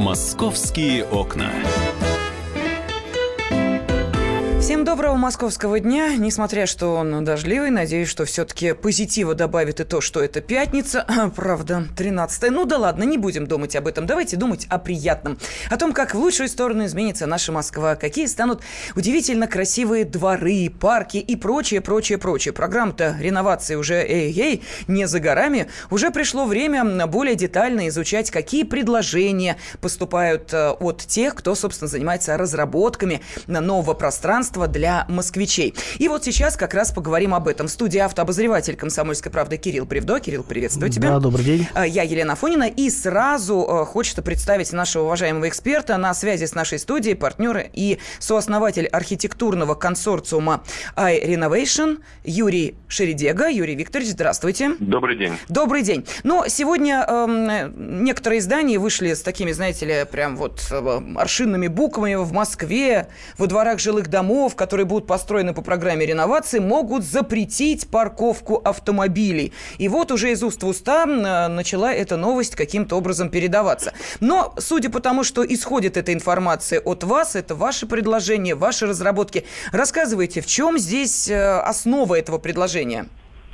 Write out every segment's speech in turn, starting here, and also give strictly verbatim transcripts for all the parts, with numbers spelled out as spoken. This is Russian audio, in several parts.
«Московские окна». Всем доброго московского дня. Несмотря что он дождливый, надеюсь, что все-таки позитива добавит и то, что это пятница. Правда, тринадцатое. Ну да ладно, не будем думать об этом. Давайте думать о приятном. О том, как в лучшую сторону изменится наша Москва. Какие станут удивительно красивые дворы, парки и прочее, прочее, прочее. Программа-то реновации уже эй-эй, не за горами. Уже пришло время более детально изучать, какие предложения поступают от тех, кто, собственно, занимается разработками нового пространства для москвичей. И вот сейчас как раз поговорим об этом. В студии автообозреватель «Комсомольской правды» Кирилл Бревдо. Кирилл, приветствую тебя. Да, добрый день. Я Елена Афонина. И сразу хочется представить нашего уважаемого эксперта на связи с нашей студией, партнера и сооснователь архитектурного консорциума iRenovation Юрий Шередега. Юрий Викторович, здравствуйте. Добрый день. Добрый день. Но сегодня э, некоторые издания вышли с такими, знаете ли, прям вот э, аршинными буквами: в Москве, во дворах жилых домов, которые будут построены по программе реновации, могут запретить парковку автомобилей. И вот уже из уст в уста начала эта новость каким-то образом передаваться. Но, судя по тому, что исходит эта информация от вас, это ваши предложения, ваши разработки. Рассказывайте, в чем здесь основа этого предложения?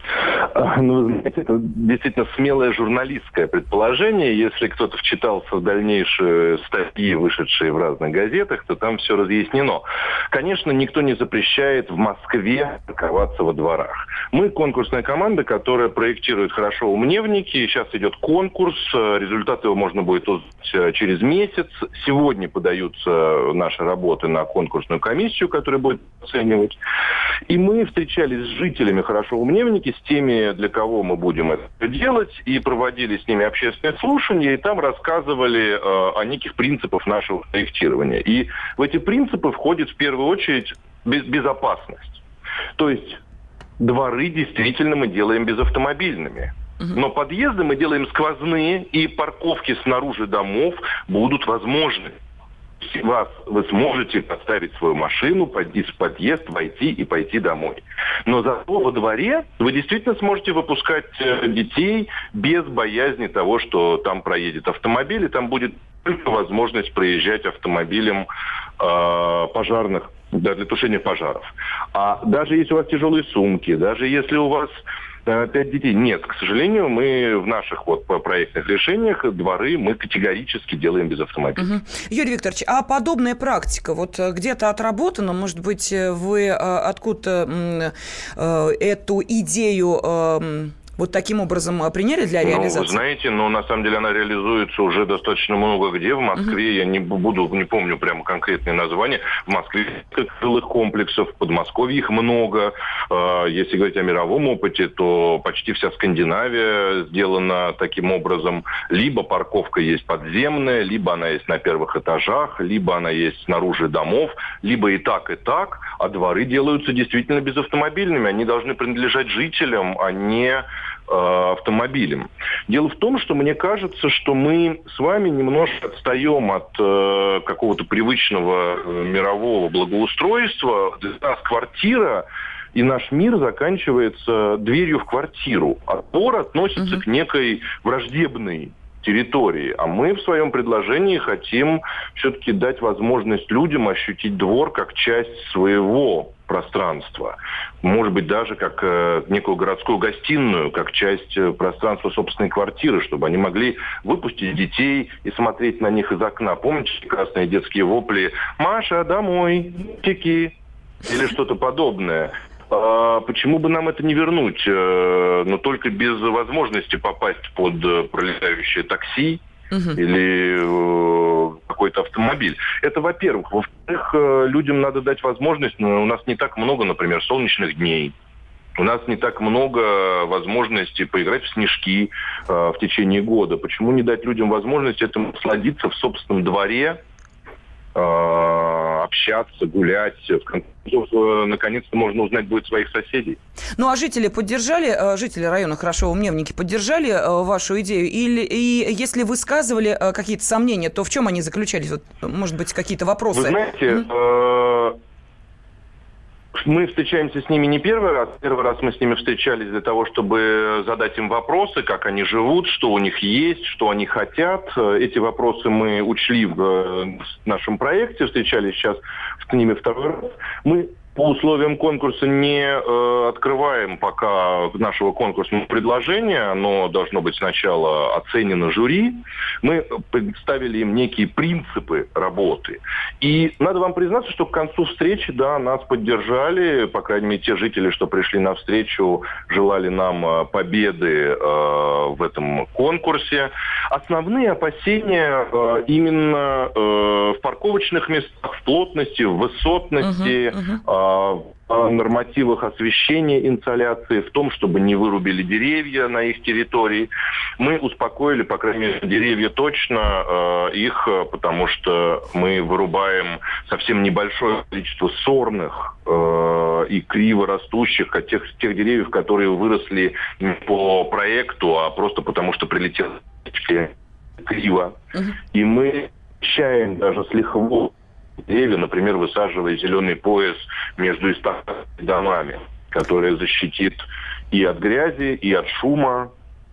Ну, вы знаете, это действительно смелое журналистское предположение. Если кто-то вчитался в дальнейшие статьи, вышедшие в разных газетах, то там все разъяснено. Конечно, никто не запрещает в Москве парковаться во дворах. Мы конкурсная команда, которая проектирует хорошо умневники. И сейчас идет конкурс. Результаты его можно будет узнать через месяц. Сегодня подаются наши работы на конкурсную комиссию, которая будет оценивать. И мы встречались с жителями хорошо умневники, с теми, для кого мы будем это делать, и проводили с ними общественные слушания, и там рассказывали э, о неких принципах нашего проектирования. И в эти принципы входит в первую очередь без- безопасность. То есть дворы действительно мы делаем безавтомобильными. Но подъезды мы делаем сквозные, и парковки снаружи домов будут возможны. Вас, вы сможете поставить свою машину, пойти в подъезд, войти и пойти домой. Но зато во дворе вы действительно сможете выпускать детей без боязни того, что там проедет автомобиль, и там будет только возможность проезжать автомобилем э, пожарных, да, для тушения пожаров. А даже если у вас тяжелые сумки, даже если у вас пять детей. Нет, к сожалению, мы в наших вот проектных решениях дворы мы категорически делаем без автомобиля. Угу. Юрий Викторович, а подобная практика вот где-то отработана? Может быть, вы откуда-то эту идею вот таким образом приняли для реализации? Ну, вы знаете, но на самом деле она реализуется уже достаточно много где. В Москве, uh-huh. я не буду, не помню прямо конкретные названия. В Москве жилых комплексов, в Подмосковье их много. Если говорить о мировом опыте, то почти вся Скандинавия сделана таким образом. Либо парковка есть подземная, либо она есть на первых этажах, либо она есть снаружи домов, либо и так, и так. А дворы делаются действительно безавтомобильными. Они должны принадлежать жителям, а не автомобилем. Дело в том, что мне кажется, что мы с вами немножко отстаем от э, какого-то привычного э, мирового благоустройства. Для нас квартира и наш мир заканчивается дверью в квартиру, а двор относится угу. к некой враждебной территории. А мы в своем предложении хотим все-таки дать возможность людям ощутить двор как часть своего пространства. Может быть, даже как э, некую городскую гостиную, как часть э, пространства собственной квартиры, чтобы они могли выпустить детей и смотреть на них из окна. Помните прекрасные детские вопли «Маша, домой, тики» или что-то подобное. А почему бы нам это не вернуть? Э, но только без возможности попасть под пролетающее такси, Uh-huh. или э, какой-то автомобиль. Это, во-первых. Во-вторых, э, людям надо дать возможность, ну, у нас не так много, например, солнечных дней. У нас не так много возможностей поиграть в снежки э, в течение года. Почему не дать людям возможность этому насладиться в собственном дворе, э, общаться, гулять? В конце концов, э, наконец-то можно узнать будет своих соседей. Ну, а жители поддержали, жители района хорошо умневники поддержали вашу идею? Или и если высказывали какие-то сомнения, то в чем они заключались? Вот, может быть, какие-то вопросы? Вы знаете, mm-hmm. э- Мы встречаемся с ними не первый раз. Первый раз мы с ними встречались для того, чтобы задать им вопросы, как они живут, что у них есть, что они хотят. Эти вопросы мы учли в нашем проекте, встречались сейчас с ними второй раз. Мы по условиям конкурса не э, открываем пока нашего конкурсного предложения. Оно должно быть сначала оценено жюри. Мы представили им некие принципы работы. И надо вам признаться, что к концу встречи, да, нас поддержали. По крайней мере, те жители, что пришли на встречу, желали нам победы э, в этом конкурсе. Основные опасения э, именно э, в парковочных местах, в плотности, в высотности, uh-huh, uh-huh. в нормативах освещения инсоляции, в том, чтобы не вырубили деревья на их территории. Мы успокоили, по крайней мере, деревья точно э, их, потому что мы вырубаем совсем небольшое количество сорных э, и криво растущих от тех, тех деревьев, которые выросли не по проекту, а просто потому, что прилетело криво. Uh-huh. И мы обещаем даже с лихвой деревья, например, высаживая зеленый пояс между истоками и домами, который защитит и от грязи, и от шума,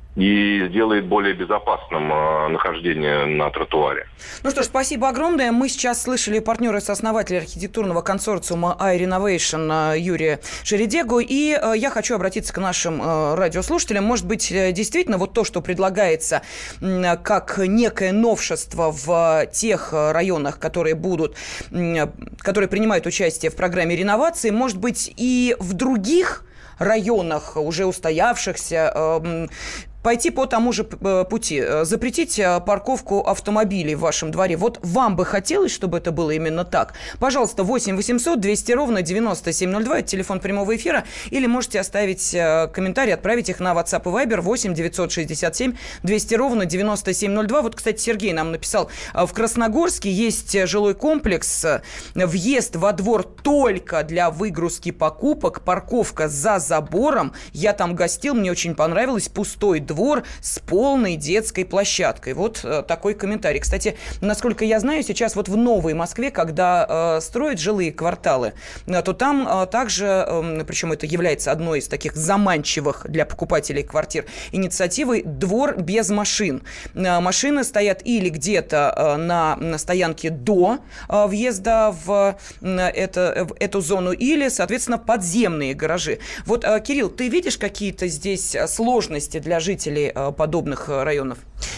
и сделает более безопасным э, нахождение на тротуаре. Ну что ж, спасибо огромное. Мы сейчас слышали партнера и сооснователя архитектурного консорциума iRenovation Юрия Шередегу. И э, я хочу обратиться к нашим э, радиослушателям. Может быть, э, действительно, вот то, что предлагается э, как некое новшество в тех районах, которые будут, э, которые принимают участие в программе реновации, может быть, и в других районах, уже устоявшихся, э, пойти по тому же пути, запретить парковку автомобилей в вашем дворе. Вот вам бы хотелось, чтобы это было именно так? Пожалуйста, восемь восемьсот двести ровно девяносто семь ноль два, это телефон прямого эфира, или можете оставить комментарии, отправить их на WhatsApp и Viber восемь девятьсот шестьдесят семь двести ровно девяносто семь ноль два. Вот, кстати, Сергей нам написал, в Красногорске есть жилой комплекс, въезд во двор только для выгрузки покупок, парковка за забором. Я там гостил, мне очень понравилось, пустой двор с полной детской площадкой. Вот э, такой комментарий. Кстати, насколько я знаю, сейчас вот в Новой Москве, когда э, строят жилые кварталы, э, то там э, также, э, причем это является одной из таких заманчивых для покупателей квартир инициативой, двор без машин. Э, машины стоят или где-то э, на, на стоянке до э, въезда в, э, это, в эту зону, или, соответственно, подземные гаражи. Вот, э, Кирилл, ты видишь какие-то здесь сложности для жителей подобных районов?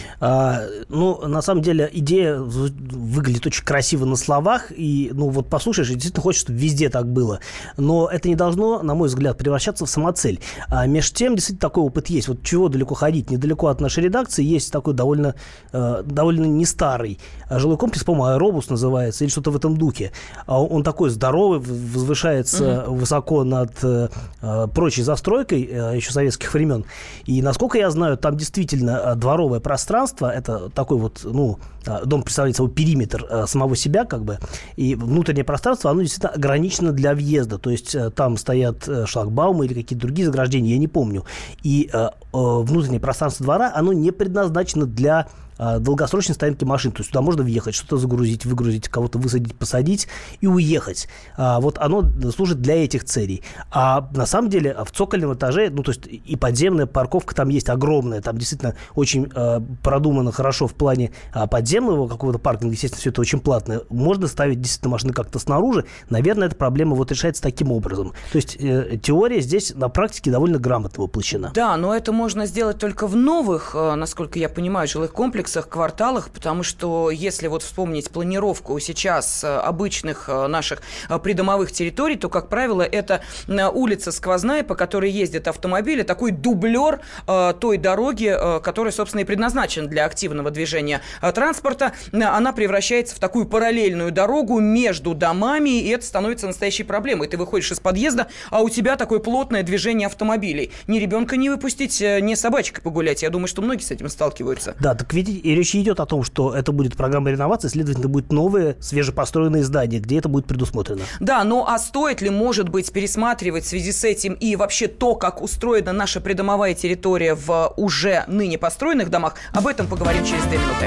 А, ну, на самом деле, идея выглядит очень красиво на словах, и, ну, вот послушаешь, и действительно хочешь, чтобы везде так было. Но это не должно, на мой взгляд, превращаться в самоцель. А между тем, действительно, такой опыт есть. Вот чего далеко ходить? Недалеко от нашей редакции есть такой довольно, э, довольно не старый жилой комплекс, по-моему, Аэробус называется, или что-то в этом духе. Он такой здоровый, возвышается угу. высоко над э, прочей застройкой э, еще советских времен. И, насколько я знаю, там действительно дворовое пространство, это такой вот, ну, дом представляет собой периметр самого себя, как бы, и внутреннее пространство, оно действительно ограничено для въезда, то есть там стоят шлагбаумы или какие-то другие заграждения, я не помню, и э, внутреннее пространство двора, оно не предназначено для долгосрочной стоянки машин. То есть туда можно въехать, что-то загрузить, выгрузить, кого-то высадить, посадить и уехать. А, вот оно служит для этих целей. А на самом деле в цокольном этаже, ну, то есть и подземная парковка там есть огромная. Там действительно очень э, продумано хорошо в плане э, подземного какого-то паркинга. Естественно, все это очень платно. Можно ставить действительно машины как-то снаружи. Наверное, эта проблема вот решается таким образом. То есть э, теория здесь на практике довольно грамотно воплощена. Да, но это можно сделать только в новых, э, насколько я понимаю, жилых комплексах, кварталах, потому что если вот вспомнить планировку сейчас обычных наших придомовых территорий, то, как правило, это улица сквозная, по которой ездят автомобили, такой дублер э, той дороги, э, которая, собственно, и предназначена для активного движения э, транспорта. Она превращается в такую параллельную дорогу между домами, и это становится настоящей проблемой. Ты выходишь из подъезда, а у тебя такое плотное движение автомобилей. Ни ребенка не выпустить, ни собачкой погулять. Я думаю, что многие с этим сталкиваются. Да, так ведь и речь идет о том, что это будет программа реновации, следовательно, будет новые, свежепостроенные здания, где это будет предусмотрено. Да, ну а стоит ли, может быть, пересматривать в связи с этим и вообще то, как устроена наша придомовая территория в уже ныне построенных домах? Об этом поговорим через две минуты.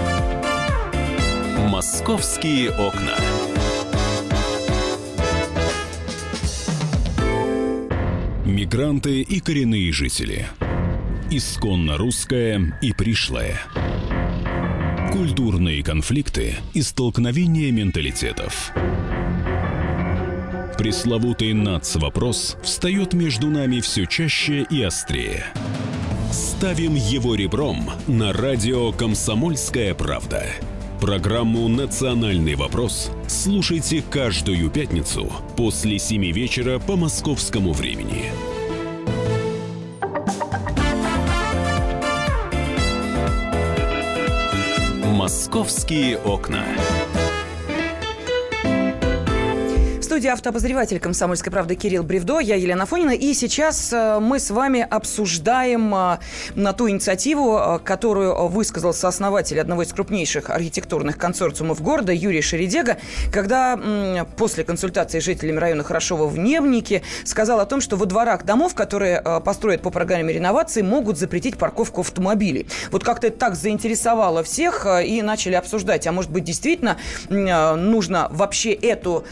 «Московские окна». Мигранты и коренные жители. Исконно русское и пришлое. Культурные конфликты и столкновения менталитетов. Пресловутый нацвопрос встает между нами все чаще и острее. Ставим его ребром на радио «Комсомольская правда». Программу «Национальный вопрос» слушайте каждую пятницу после семи вечера по московскому времени. «Московские окна». В студии автообозреватель «Комсомольской правды» Кирилл Бревдо, я Елена Афонина. И сейчас мы с вами обсуждаем на ту инициативу, которую высказал сооснователь одного из крупнейших архитектурных консорциумов города Юрий Шередега, когда после консультации с жителями района Хорошово в Невнике сказал о том, что во дворах домов, которые построят по программе реновации, могут запретить парковку автомобилей. Вот как-то это так заинтересовало всех, и начали обсуждать, а может быть действительно нужно вообще эту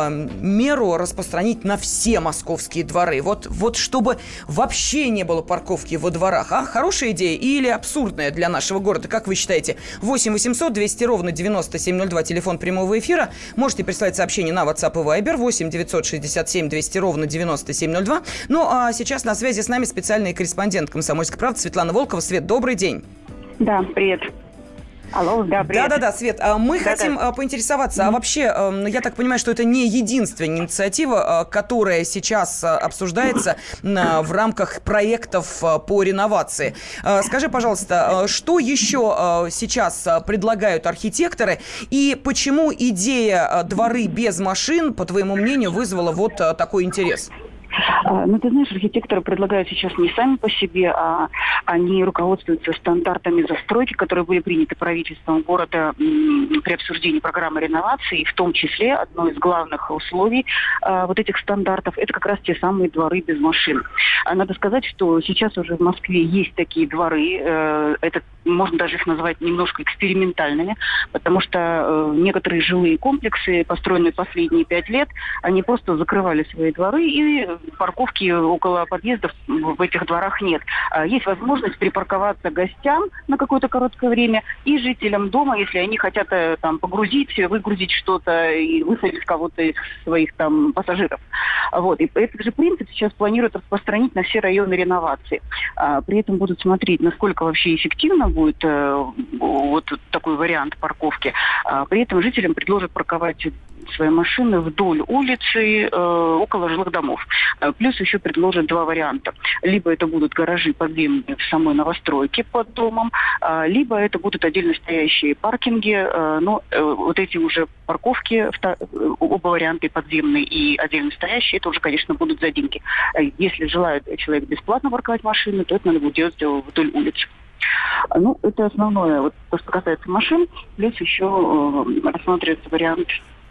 меру распространить на все московские дворы. Вот, вот чтобы вообще не было парковки во дворах. А хорошая идея или абсурдная для нашего города? Как вы считаете? восемь восемьсот двести ровно девяносто семь ноль два, телефон прямого эфира. Можете прислать сообщение на WhatsApp и Viber восемь девятьсот шестьдесят семь двести ровно девяносто семь ноль два. Ну, а сейчас на связи с нами специальный корреспондент «Комсомольской правды» Светлана Волкова. Свет, добрый день. Да, привет. Алло, да, привет. Да-да-да, Свет, мы Да-да. хотим поинтересоваться, а вообще, я так понимаю, что это не единственная инициатива, которая сейчас обсуждается в рамках проектов по реновации. Скажи, пожалуйста, что еще сейчас предлагают архитекторы и почему идея «Дворы без машин», по твоему мнению, вызвала вот такой интерес? Ну, ты знаешь, архитекторы предлагают сейчас не сами по себе, а они руководствуются стандартами застройки, которые были приняты правительством города при обсуждении программы реновации. И в том числе одно из главных условий а, вот этих стандартов – это как раз те самые дворы без машин. А надо сказать, что сейчас уже в Москве есть такие дворы. Э, это можно даже их назвать немножко экспериментальными, потому что э, некоторые жилые комплексы, построенные последние пять лет, они просто закрывали свои дворы, и парковки около подъездов в этих дворах нет. Есть возможность припарковаться гостям на какое-то короткое время и жителям дома, если они хотят там погрузить, выгрузить что-то и высадить кого-то из своих там пассажиров. Вот. И этот же принцип сейчас планируют распространить на все районы реновации. При этом будут смотреть, насколько вообще эффективно будет вот такой вариант парковки. При этом жителям предложат парковать свои машины вдоль улицы, э, около жилых домов. Плюс еще предложат два варианта. Либо это будут гаражи подземные в самой новостройке под домом, э, либо это будут отдельно стоящие паркинги. Э, но э, вот эти уже парковки, вто, оба варианта, и подземные, и отдельно стоящие, это уже, конечно, будут за деньги. Если желает человек бесплатно парковать машины, то это надо будет делать вдоль улицы. Ну, это основное, вот то, что касается машин. Плюс еще э, рассматривается вариант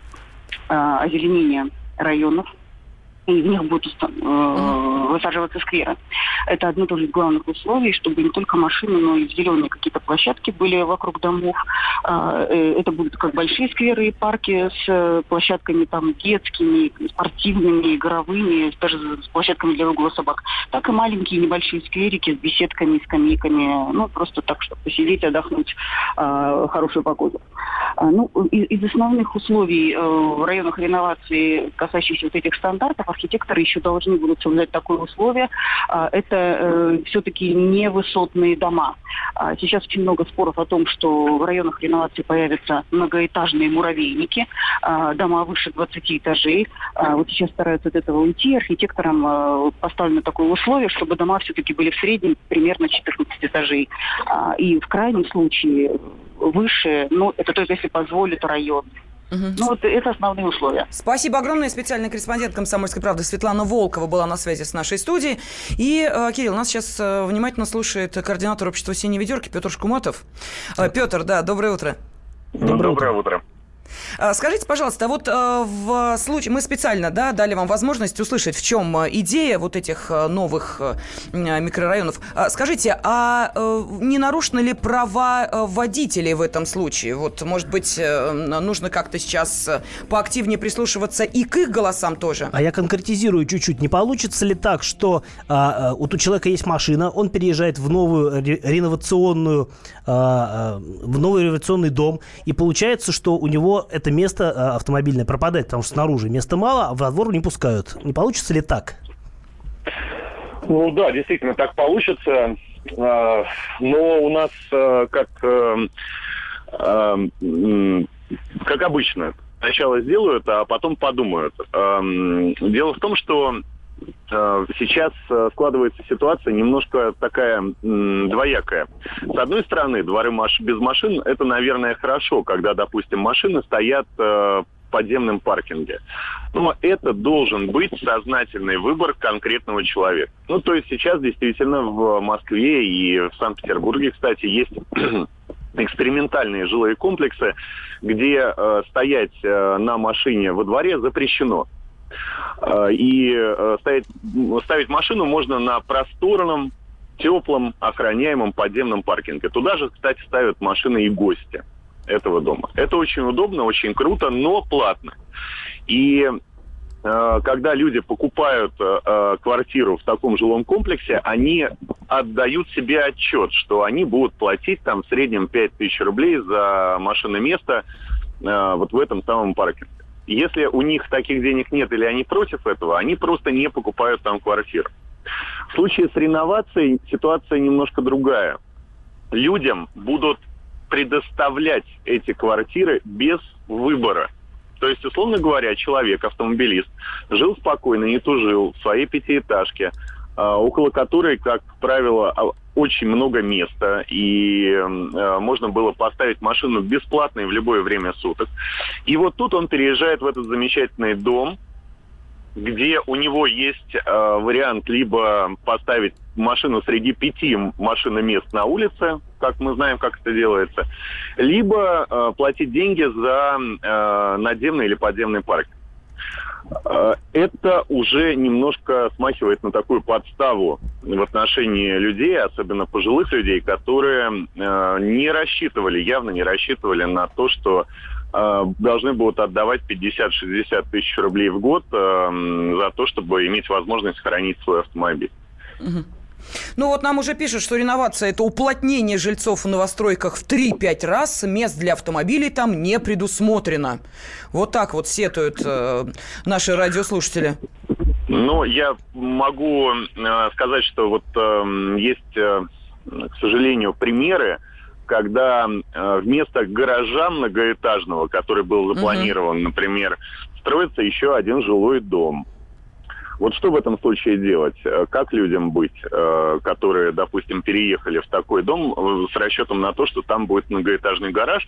озеленения районов, и в них будут э, высаживаться скверы. Это одно тоже из главных условий, чтобы не только машины, но и зеленые какие-то площадки были вокруг домов. Э, это будут как большие скверы и парки с площадками там детскими, спортивными, игровыми, даже с площадками для выгула собак, так и маленькие небольшие скверики с беседками, скамейками, ну, просто так, чтобы посидеть, отдохнуть, э, хорошую погоду. Э, ну, из, из основных условий э, в районах реновации, касающихся вот этих стандартов, архитекторы еще должны будут соблюдать такое условие. Это э, все-таки невысотные дома. Сейчас очень много споров о том, что в районах реновации появятся многоэтажные муравейники, дома выше двадцати этажей. Вот сейчас стараются от этого уйти. Архитекторам поставлено такое условие, чтобы дома все-таки были в среднем примерно четырнадцать этажей. И в крайнем случае выше, ну, это только если позволит район. Угу. Ну, вот это основные условия. Спасибо огромное. Специальный корреспондент «Комсомольской правды» Светлана Волкова была на связи с нашей студией. И, э, Кирилл, нас сейчас э, внимательно слушает координатор общества «Синие ведерки» Петр Шкуматов. Э, Петр, да, доброе утро. Доброе, доброе утро. Скажите, пожалуйста, вот в случае... Мы специально, да, дали вам возможность услышать, в чем идея вот этих новых микрорайонов. Скажите, а не нарушены ли права водителей в этом случае? Вот, может быть, нужно как-то сейчас поактивнее прислушиваться и к их голосам тоже? А я конкретизирую чуть-чуть. Не получится ли так, что а, вот у человека есть машина, он переезжает в новую реновационную, а, в новый реновационный дом, и получается, что у него это место автомобильное пропадает, потому что снаружи места мало, а во двор не пускают. Не получится ли так? Ну да, действительно, так получится. Но у нас как, как обычно, сначала сделают, а потом подумают. Дело в том, что сейчас складывается ситуация немножко такая двоякая. С одной стороны, дворы без машин – это, наверное, хорошо, когда, допустим, машины стоят в подземном паркинге. Но это должен быть сознательный выбор конкретного человека. Ну, то есть сейчас действительно в Москве и в Санкт-Петербурге, кстати, есть экспериментальные жилые комплексы, где э, стоять э, на машине во дворе запрещено. Э, и э, стоять, ставить машину можно на просторном, теплом, охраняемом подземном паркинге. Туда же, кстати, ставят машины и гости этого дома. Это очень удобно, очень круто, но платно. И э, когда люди покупают э, квартиру в таком жилом комплексе, они отдают себе отчет, что они будут платить там в среднем пять тысяч рублей за машиноместо э, вот в этом самом паркинге. Если у них таких денег нет или они против этого, они просто не покупают там квартиру. В случае с реновацией ситуация немножко другая. Людям будут предоставлять эти квартиры без выбора. То есть, условно говоря, человек, автомобилист, жил спокойно, не тужил в своей пятиэтажке, около которой, как правило, очень много места, и можно было поставить машину бесплатно и в любое время суток. И вот тут он переезжает в этот замечательный дом, где у него есть э, вариант либо поставить машину среди пяти машиномест на улице, как мы знаем, как это делается, либо э, платить деньги за э, надземный или подземный паркинг. Э, это уже немножко смахивает на такую подставу в отношении людей, особенно пожилых людей, которые э, не рассчитывали, явно не рассчитывали на то, что должны будут отдавать пятьдесят-шестьдесят тысяч рублей в год э, за то, чтобы иметь возможность хранить свой автомобиль. Угу. Ну вот нам уже пишут, что реновация – это уплотнение жильцов в новостройках в три-пять раз, мест для автомобилей там не предусмотрено. Вот так вот сетуют э, наши радиослушатели. Ну, я могу э, сказать, что вот э, есть, э, к сожалению, примеры, когда э, вместо гаража многоэтажного, который был запланирован, uh-huh. например, строится еще один жилой дом. Вот что в этом случае делать? Как людям быть, э, которые, допустим, переехали в такой дом с расчетом на то, что там будет многоэтажный гараж,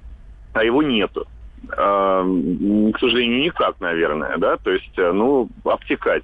а его нету? Э, к сожалению, никак, наверное, да? То есть, ну, обтекать.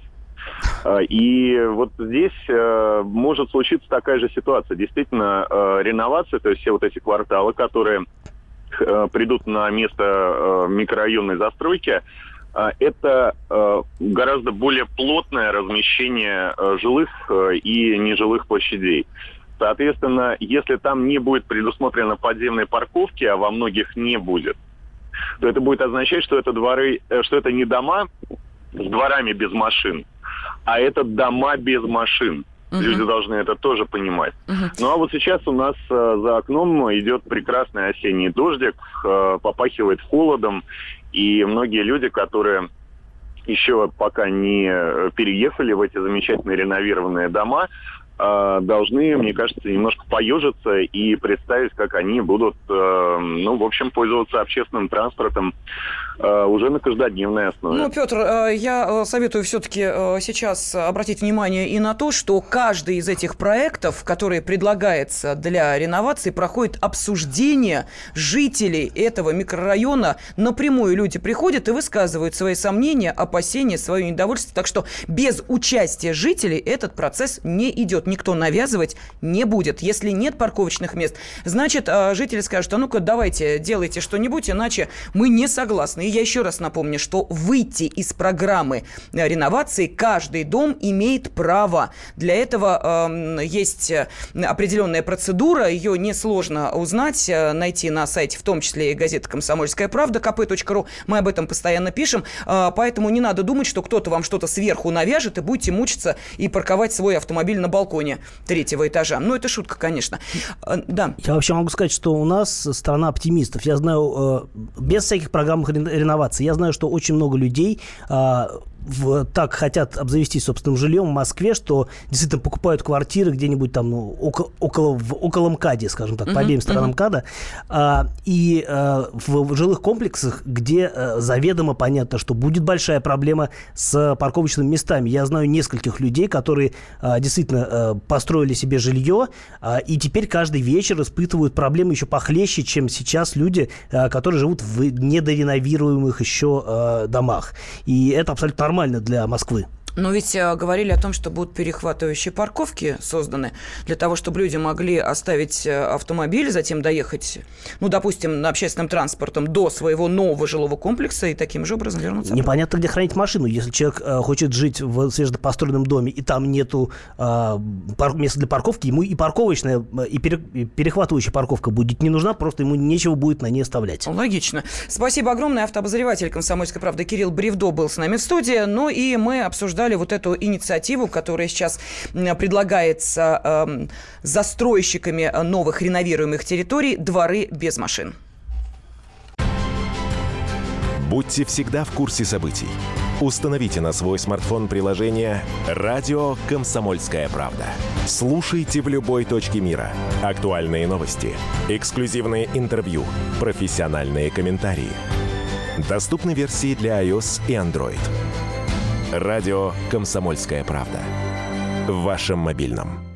И вот здесь э, может случиться такая же ситуация. Действительно, э, реновация, то есть все вот эти кварталы, которые э, придут на место э, микрорайонной застройки, э, это э, гораздо более плотное размещение э, жилых э, и нежилых площадей. Соответственно, если там не будет предусмотрено подземной парковки, а во многих не будет, то это будет означать, что это дворы, э, что это не дома с дворами без машин, а это дома без машин. Uh-huh. Люди должны это тоже понимать. Uh-huh. Ну а вот сейчас у нас э, за окном идет прекрасный осенний дождик, э, попахивает холодом, и многие люди, которые еще пока не переехали в эти замечательные реновированные дома, э, должны, мне кажется, немножко поежиться и представить, как они будут, э, ну, в общем, пользоваться общественным транспортом э, уже на каждодневной основе. Ну, Петр, э, я советую все-таки э, сейчас обратить внимание и на то, что каждый из этих проектов, который предлагается для реновации, проходит обсуждение жителей этого микрорайона. Напрямую люди приходят и высказывают свои сомнения, опасения, свое недовольство. Так что без участия жителей этот процесс не идет. вот никто навязывать не будет. Если нет парковочных мест, значит, жители скажут: а ну-ка, давайте, делайте что-нибудь, иначе мы не согласны. И я еще раз напомню, что выйти из программы реновации каждый дом имеет право. Для этого э, есть определенная процедура, ее несложно узнать, найти на сайте, в том числе и газеты «Комсомольская правда», ка пэ точка ру. Мы об этом постоянно пишем, э, поэтому не надо думать, что кто-то вам что-то сверху навяжет, и будете мучиться и парковать свой автомобиль на балконе третьего этажа. Ну, это шутка, конечно. Э, да. Я вообще могу сказать, что у нас страна оптимистов. Я знаю, э, без всяких программ реновации, я знаю, что очень много людей э, в, так хотят обзавестись собственным жильем в Москве, что действительно покупают квартиры где-нибудь там, ну, около, около, в, около МКАДе, скажем так, uh-huh, по обеим сторонам uh-huh. МКАДа, а, и а, в, в жилых комплексах, где а, заведомо понятно, что будет большая проблема с парковочными местами. Я знаю нескольких людей, которые а, действительно а, построили себе жилье, а, и теперь каждый вечер испытывают проблемы еще похлеще, чем сейчас люди, а, которые живут в недореновируемых еще а, домах. И это абсолютно нормально. Нормально для Москвы. Но ведь а, говорили о том, что будут перехватывающие парковки созданы для того, чтобы люди могли оставить автомобиль, затем доехать, ну, допустим, на общественном транспортом до своего нового жилого комплекса и таким же образом вернуться. Непонятно, где хранить машину. Если человек а, хочет жить в свежепостроенном доме, и там нету а, пар- места для парковки, ему и парковочная, и, пере- и перехватывающая парковка будет не нужна, просто ему нечего будет на ней оставлять. Логично. Спасибо огромное. Автообозреватель «Комсомольской правды» Кирилл Бревдо был с нами в студии. Ну и мы обсуждали вот эту инициативу, которая сейчас предлагается э, застройщиками новых реновируемых территорий «Дворы без машин». Будьте всегда в курсе событий. Установите на свой смартфон приложение «Радио Комсомольская правда». Слушайте в любой точке мира. Актуальные новости, эксклюзивные интервью, профессиональные комментарии. Доступны версии для iOS и Android. Радио «Комсомольская правда». В вашем мобильном.